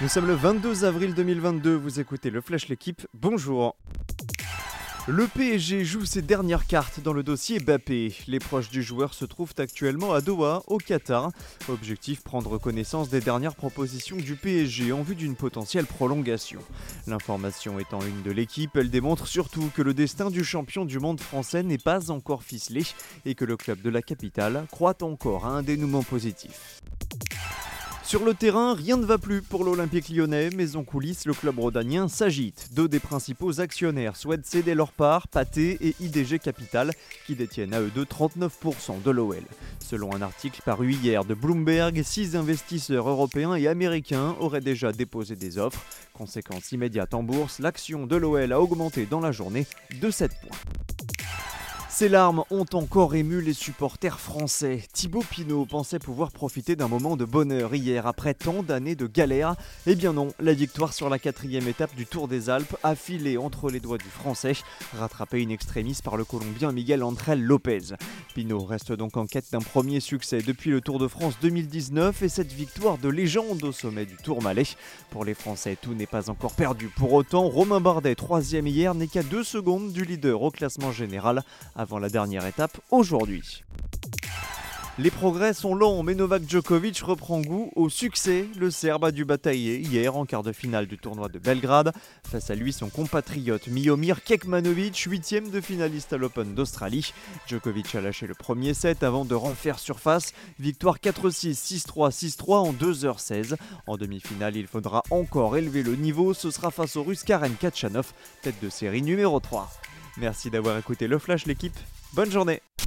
Nous sommes le 22 avril 2022, vous écoutez le Flash L'équipe, bonjour. Le PSG joue ses dernières cartes dans le dossier Mbappé. Les proches du joueur se trouvent actuellement à Doha, au Qatar. Objectif, prendre connaissance des dernières propositions du PSG en vue d'une potentielle prolongation. L'information étant une de l'équipe, elle démontre surtout que le destin du champion du monde français n'est pas encore ficelé et que le club de la capitale croit encore à un dénouement positif. Sur le terrain, rien ne va plus pour l'Olympique lyonnais, mais en coulisses, le club rhodanien s'agite. Deux des principaux actionnaires souhaitent céder leur part, Pathé et IDG Capital, qui détiennent à eux deux 39% de l'OL. Selon un article paru hier de Bloomberg, 6 investisseurs européens et américains auraient déjà déposé des offres. Conséquence immédiate en bourse, l'action de l'OL a augmenté dans la journée de 7 points. Ces larmes ont encore ému les supporters français. Thibaut Pinot pensait pouvoir profiter d'un moment de bonheur hier après tant d'années de galère. Eh bien non, la victoire sur la 4e étape du Tour des Alpes a filé entre les doigts du français, rattrapé in extremis par le Colombien Miguel Ángel López. Pinot reste donc en quête d'un premier succès depuis le Tour de France 2019 et cette victoire de légende au sommet du Tourmalet. Pour les Français, tout n'est pas encore perdu. Pour autant, Romain Bardet, 3e hier, n'est qu'à 2 secondes du leader au classement général avant la dernière étape aujourd'hui. Les progrès sont lents, mais Novak Djokovic reprend goût au succès. Le Serbe a dû batailler hier en quart de finale du tournoi de Belgrade. Face à lui, son compatriote Miomir Kekmanovic, 8e de finaliste à l'Open d'Australie. Djokovic a lâché le premier set avant de refaire surface. Victoire 4-6, 6-3, 6-3 en 2h16. En demi-finale, il faudra encore élever le niveau. Ce sera face au Russe Karen Khachanov, tête de série numéro 3. Merci d'avoir écouté le Flash L'équipe. Bonne journée.